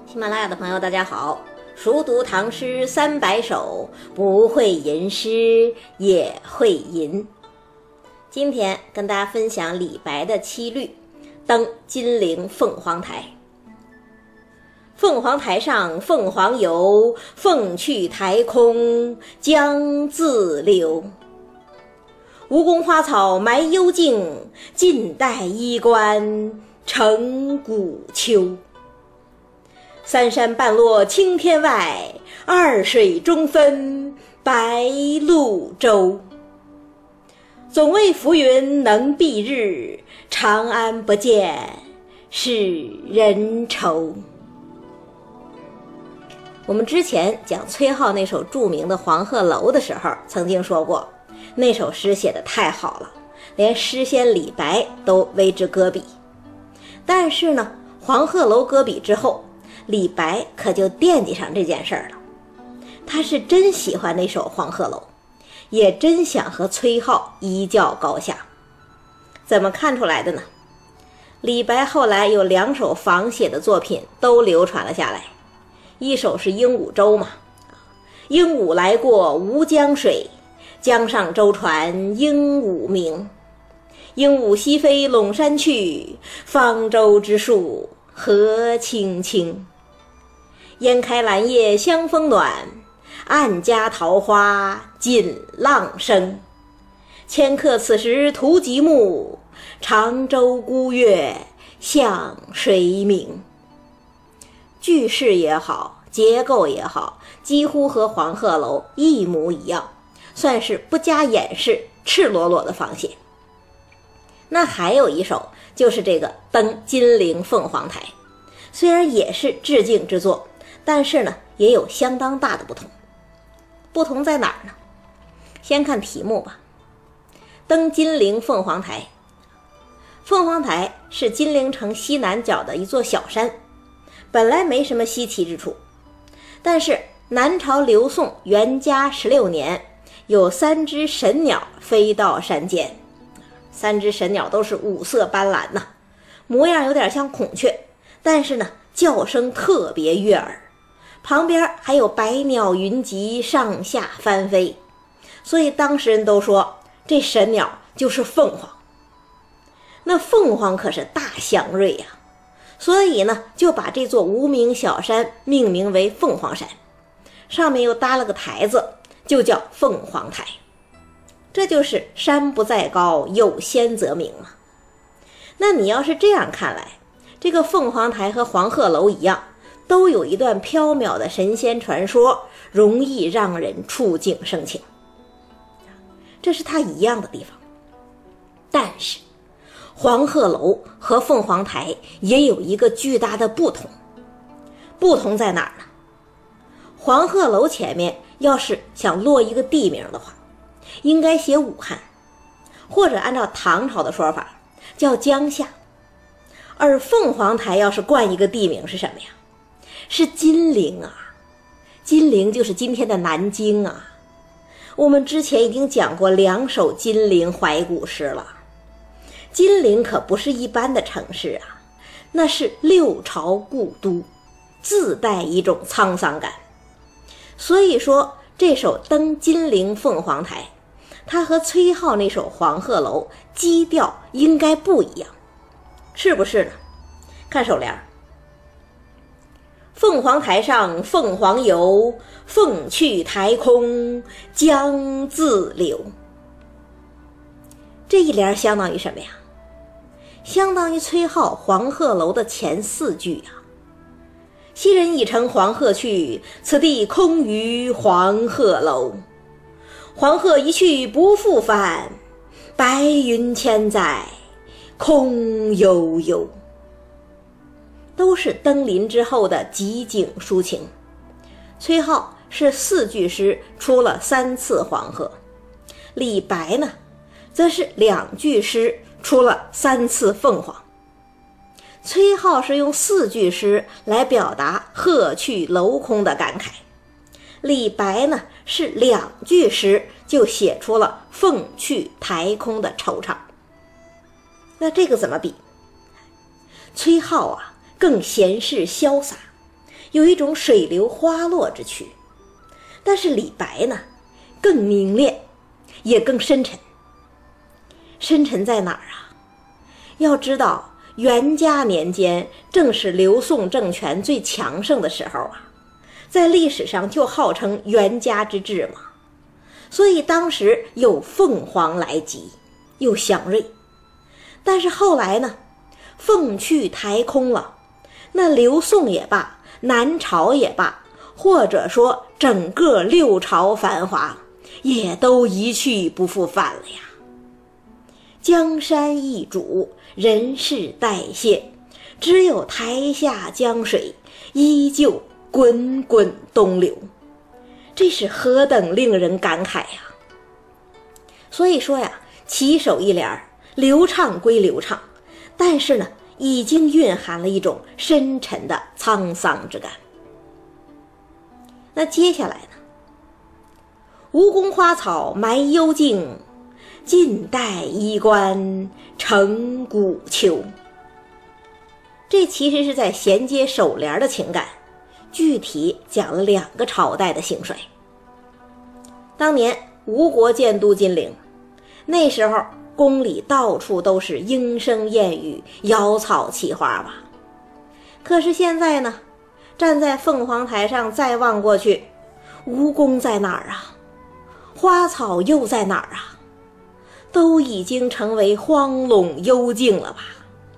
喜马拉雅的朋友大家好，熟读唐诗300首，不会吟诗也会吟。今天跟大家分享李白的七律《登金陵凤凰台》。凤凰台上凤凰游，凤去台空江自流。蜈蚣花草埋幽径，晋代衣冠成古丘。三山半落青天外，二水中分白鹭洲。总为浮云能蔽日，长安不见使人愁。我们之前讲崔颢那首著名的《黄鹤楼》的时候，曾经说过，那首诗写得太好了，连诗仙李白都为之歌笔。但是呢，《黄鹤楼》歌笔之后，李白可就惦记上这件事儿了。他是真喜欢那首《黄鹤楼》，也真想和崔颢一较高下。怎么看出来的呢？李白后来有2首仿写的作品都流传了下来，一首是《鹦鹉洲》嘛，鹦鹉来过吴江水，江上舟船鹦鹉鸣。鹦鹉西飞陇山去，方舟之树何青青。烟开兰叶香风暖，暗家桃花锦浪生。迁客此时图极目，长洲孤月向谁明。句式也好，结构也好，几乎和《黄鹤楼》一模一样，算是不加掩饰，赤裸裸的仿写。那还有一首就是这个《登金陵凤凰台》，虽然也是致敬之作，但是呢也有相当大的不同。不同在哪儿呢？先看题目吧。登金陵凤凰台。凤凰台是金陵城西南角的一座小山，本来没什么稀奇之处，但是南朝刘宋元嘉16年，有3只神鸟飞到山间。3只神鸟都是五色斑斓呐，模样有点像孔雀，但是呢叫声特别悦耳，旁边还有百鸟云集，上下翻飞，所以当时人都说这神鸟就是凤凰。那凤凰可是大祥瑞呀，所以呢就把这座无名小山命名为凤凰山，上面又搭了个台子，就叫凤凰台。这就是山不在高，有仙则名嘛。那你要是这样看来，这个凤凰台和黄鹤楼一样，都有一段缥缈的神仙传说，容易让人触景生情，这是它一样的地方。但是黄鹤楼和凤凰台也有一个巨大的不同。不同在哪儿呢？黄鹤楼前面要是想落一个地名的话，应该写武汉，或者按照唐朝的说法叫江夏。而凤凰台要是冠一个地名是什么呀？是金陵啊。金陵就是今天的南京啊。我们之前已经讲过2首金陵怀古诗了。金陵可不是一般的城市啊，那是6朝故都，自带一种沧桑感。所以说这首《登金陵凤凰台》，它和崔颢那首《黄鹤楼》基调应该不一样，是不是呢？看首联：凤凰台上凤凰游，凤去台空江自流。这一联相当于什么呀？相当于崔颢《黄鹤楼》的前4句啊。昔人已乘黄鹤去，此地空余黄鹤楼。黄鹤一去不复返，白云千载空悠悠。都是登临之后的极景抒情。崔颢是4句诗出了3次黄鹤，李白呢则是2句诗出了3次凤凰。崔颢是用4句诗来表达鹤去楼空的感慨，李白呢是2句诗就写出了凤去台空的惆怅。那这个怎么比？崔颢啊更闲适潇洒， 有一种水流花落之趣。但是李白呢，更凝练，也更深沉。深沉在哪儿啊？要知道元嘉年间正是刘宋政权最强盛的时候啊，在历史上就号称元嘉之治嘛，所以当时有凤凰来集，又祥瑞。但是后来呢，凤去台空了，那刘宋也罢，南朝也罢，或者说整个六朝繁华，也都一去不复返了呀。江山易主，人事代谢，只有台下江水依旧滚滚东流，这是何等令人感慨呀！所以说呀，起手一联流畅归流畅，但是呢，已经蕴含了一种深沉的沧桑之感。那接下来呢，吴宫花草埋幽径，晋代衣冠成古丘。这其实是在衔接首联的情感，具体讲了2个朝代的兴衰。当年吴国建都金陵，那时候宫里到处都是莺声燕语，瑶草奇花吧。可是现在呢，站在凤凰台上再望过去，吴宫在哪儿啊？花草又在哪儿啊？都已经成为荒陇幽径了吧。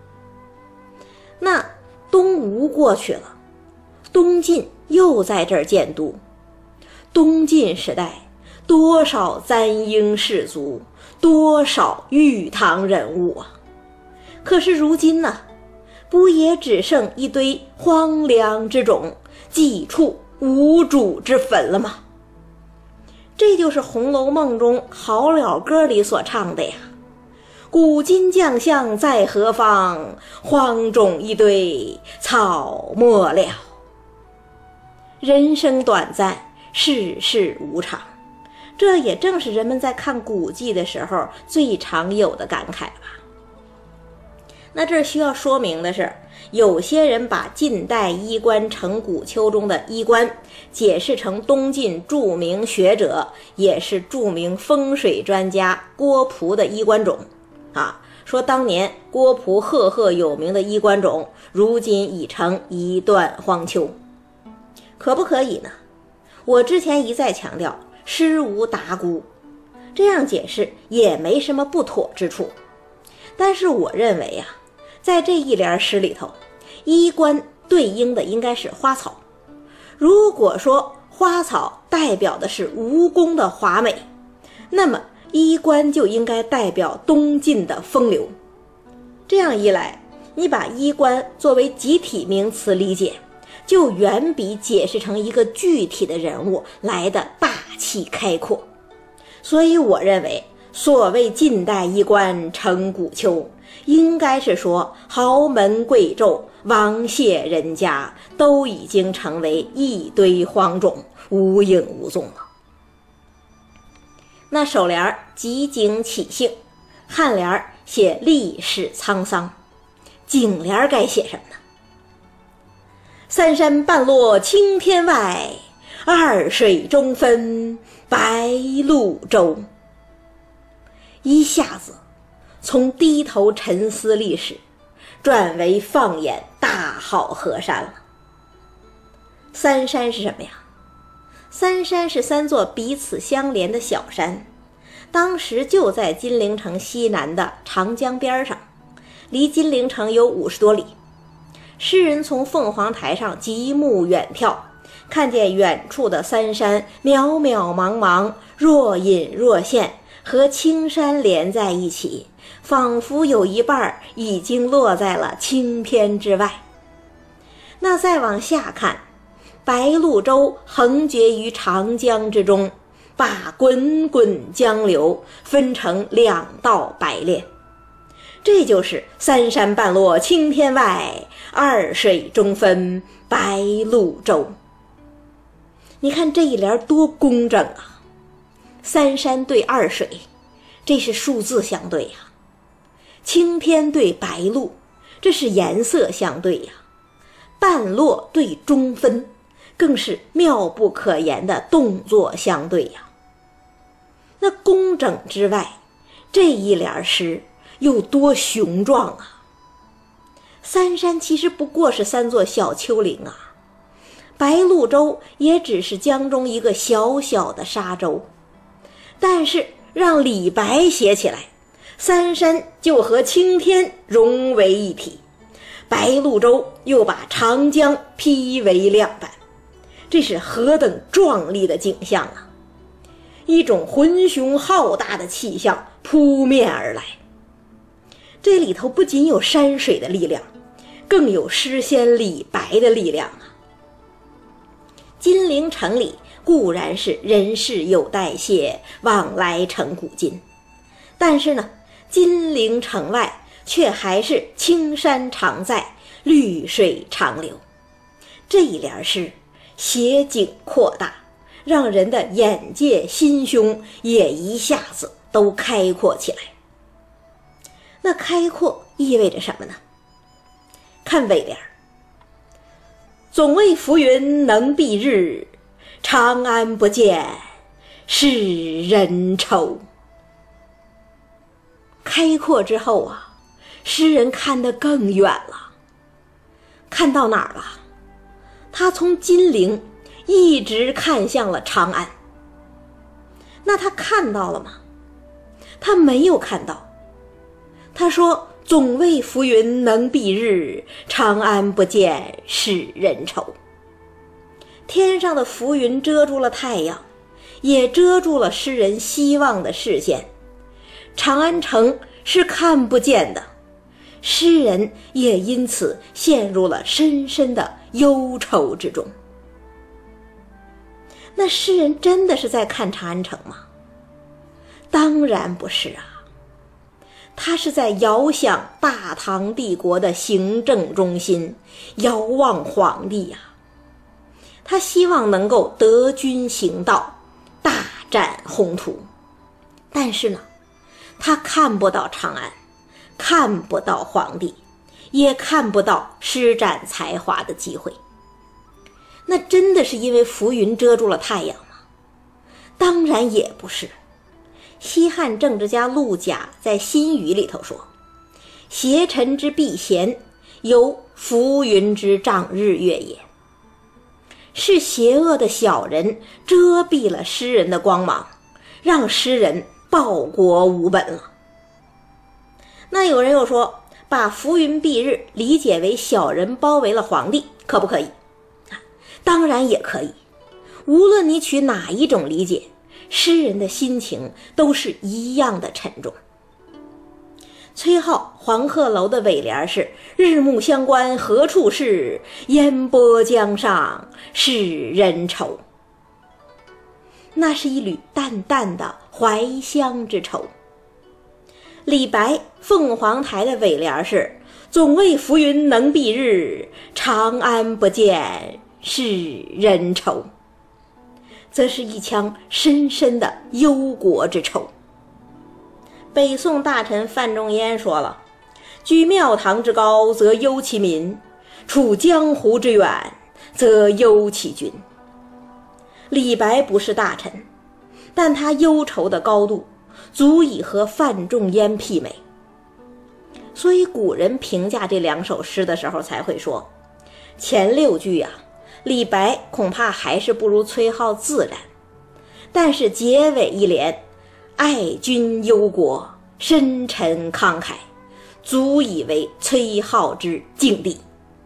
那东吴过去了，东晋又在这儿建都。东晋时代多少簪缨士族，多少玉堂人物啊！可是如今呢，不也只剩一堆荒凉之冢，几处无主之坟了吗？这就是《红楼梦》中好了歌里所唱的呀，古今将相在何方，荒冢一堆草没了。人生短暂，世事无常，这也正是人们在看古迹的时候最常有的感慨吧。那这需要说明的是，有些人把晋代衣冠成古丘中的衣冠解释成东晋著名学者也是著名风水专家郭璞的衣冠冢啊，说当年郭璞赫赫有名的衣冠冢如今已成一段荒丘。可不可以呢？我之前一再强调诗无达姑，这样解释也没什么不妥之处。但是我认为啊，在这一联诗里头，衣冠对应的应该是花草。如果说花草代表的是吴宫的华美，那么衣冠就应该代表东晋的风流。这样一来，你把衣冠作为集体名词理解，就远比解释成一个具体的人物来的大气开阔。所以我认为，所谓晋代衣冠成古丘，应该是说豪门贵胄、王谢人家都已经成为一堆荒冢，无影无踪了。那首联集景起兴，颔联写历史沧桑，颈联该写什么呢？三山半落青天外，二水中分白鹭洲。一下子从低头沉思历史转为放眼大好河山了。三山是什么呀？三山是3座彼此相连的小山，当时就在金陵城西南的长江边上，离金陵城有50多里。诗人从凤凰台上极目远眺，看见远处的三山渺渺茫茫，若隐若现，和青山连在一起，仿佛有一半已经落在了青天之外。那再往下看，白鹭洲横绝于长江之中，把滚滚江流分成2道白练，这就是三山半落青天外，二水中分白鹭洲。你看这一联多工整啊！三山对二水，这是数字相对呀；青天对白鹭，这是颜色相对呀； 半落对中分，更是妙不可言的动作相对呀。那工整之外，这一联诗有多雄壮啊！三山其实不过是3座小丘陵啊，白鹭洲也只是江中一个小小的沙洲，但是让李白写起来，三山就和青天融为一体，白鹭洲又把长江劈为2半，这是何等壮丽的景象啊！一种浑雄浩大的气象扑面而来。这里头不仅有山水的力量，更有诗仙李白的力量啊！金陵城里固然是人事有代谢，往来成古今，但是呢，金陵城外却还是青山常在，绿水长流。这一联诗写景扩大，让人的眼界心胸也一下子都开阔起来。那开阔意味着什么呢？看尾联，总为浮云能蔽日，长安不见使人愁。开阔之后啊，诗人看得更远了。看到哪儿了？他从金陵一直看向了长安。那他看到了吗？他没有看到。他说总为浮云能蔽日，长安不见使人愁。天上的浮云遮住了太阳，也遮住了诗人希望的视线，长安城是看不见的，诗人也因此陷入了深深的忧愁之中。那诗人真的是在看长安城吗？当然不是啊，他是在遥想大唐帝国的行政中心，遥望皇帝呀。他希望能够得君行道，大展宏图。但是呢，他看不到长安，看不到皇帝，也看不到施展才华的机会。那真的是因为浮云遮住了太阳吗？当然也不是。西汉政治家陆贾在《新语》里头说，邪臣之避嫌，犹浮云之障日月也。是邪恶的小人遮蔽了诗人的光芒，让诗人报国无本了。那有人又说，把浮云蔽日理解为小人包围了皇帝，可不可以？当然也可以。无论你取哪一种理解，诗人的心情都是一样的沉重。崔颢《黄鹤楼》的尾联是日暮乡关何处是，烟波江上使人愁。那是一缕淡淡的怀乡之愁。李白凤凰台的尾联是总为浮云能蔽日，长安不见使人愁，则是一腔深深的忧国之愁。北宋大臣范仲淹说了，居庙堂之高则忧其民，处江湖之远则忧其君。李白不是大臣，但他忧愁的高度足以和范仲淹媲美。所以古人评价这2首诗的时候才会说，前6句啊，李白恐怕还是不如崔颢自然，但是结尾一联，爱君忧国，深沉慷慨，足以为崔颢之境地。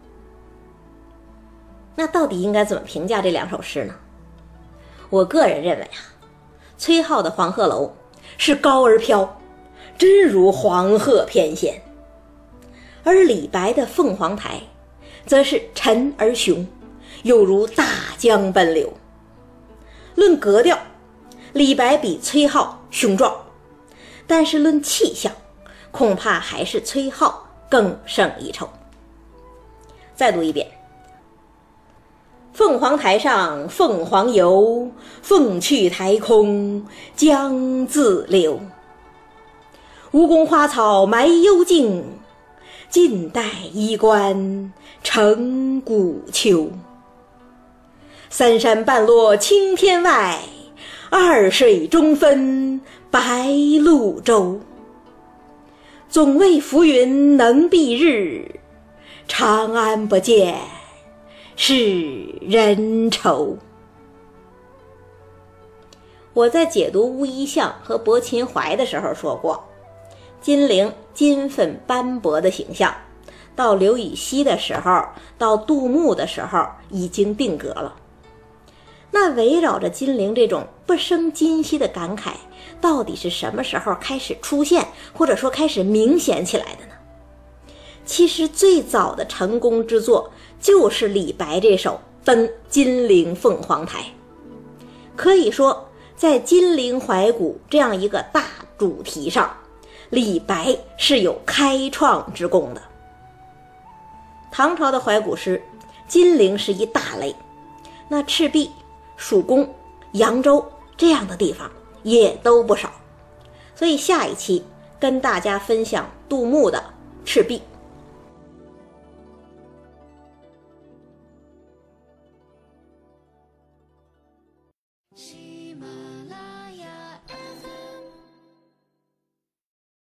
那到底应该怎么评价这2首诗呢？我个人认为啊，崔颢的《黄鹤楼》是高而飘，真如黄鹤翩跹，而李白的《凤凰台》则是沉而雄，有如大江奔流。论格调，李白比崔颢雄壮，但是论气象，恐怕还是崔颢更胜一筹。再读一遍，凤凰台上凤凰游，凤去台空江自流。吴宫花草埋幽径， 晋代衣冠成古丘。三山半落青天外，二水中分白鹭洲。总为浮云能蔽日，长安不见是人愁。我在解读乌衣巷和泊秦淮的时候说过，金陵金粉斑驳的形象，到刘禹锡的时候，到杜牧的时候已经定格了。那围绕着金陵这种不生今昔的感慨，到底是什么时候开始出现，或者说开始明显起来的呢？其实最早的成功之作就是李白这首《登金陵凤凰台》。可以说在金陵怀古这样一个大主题上，李白是有开创之功的。唐朝的怀古诗，金陵是一大类，那赤壁、蜀宫、扬州这样的地方也都不少。所以下一期跟大家分享杜牧的赤壁。 心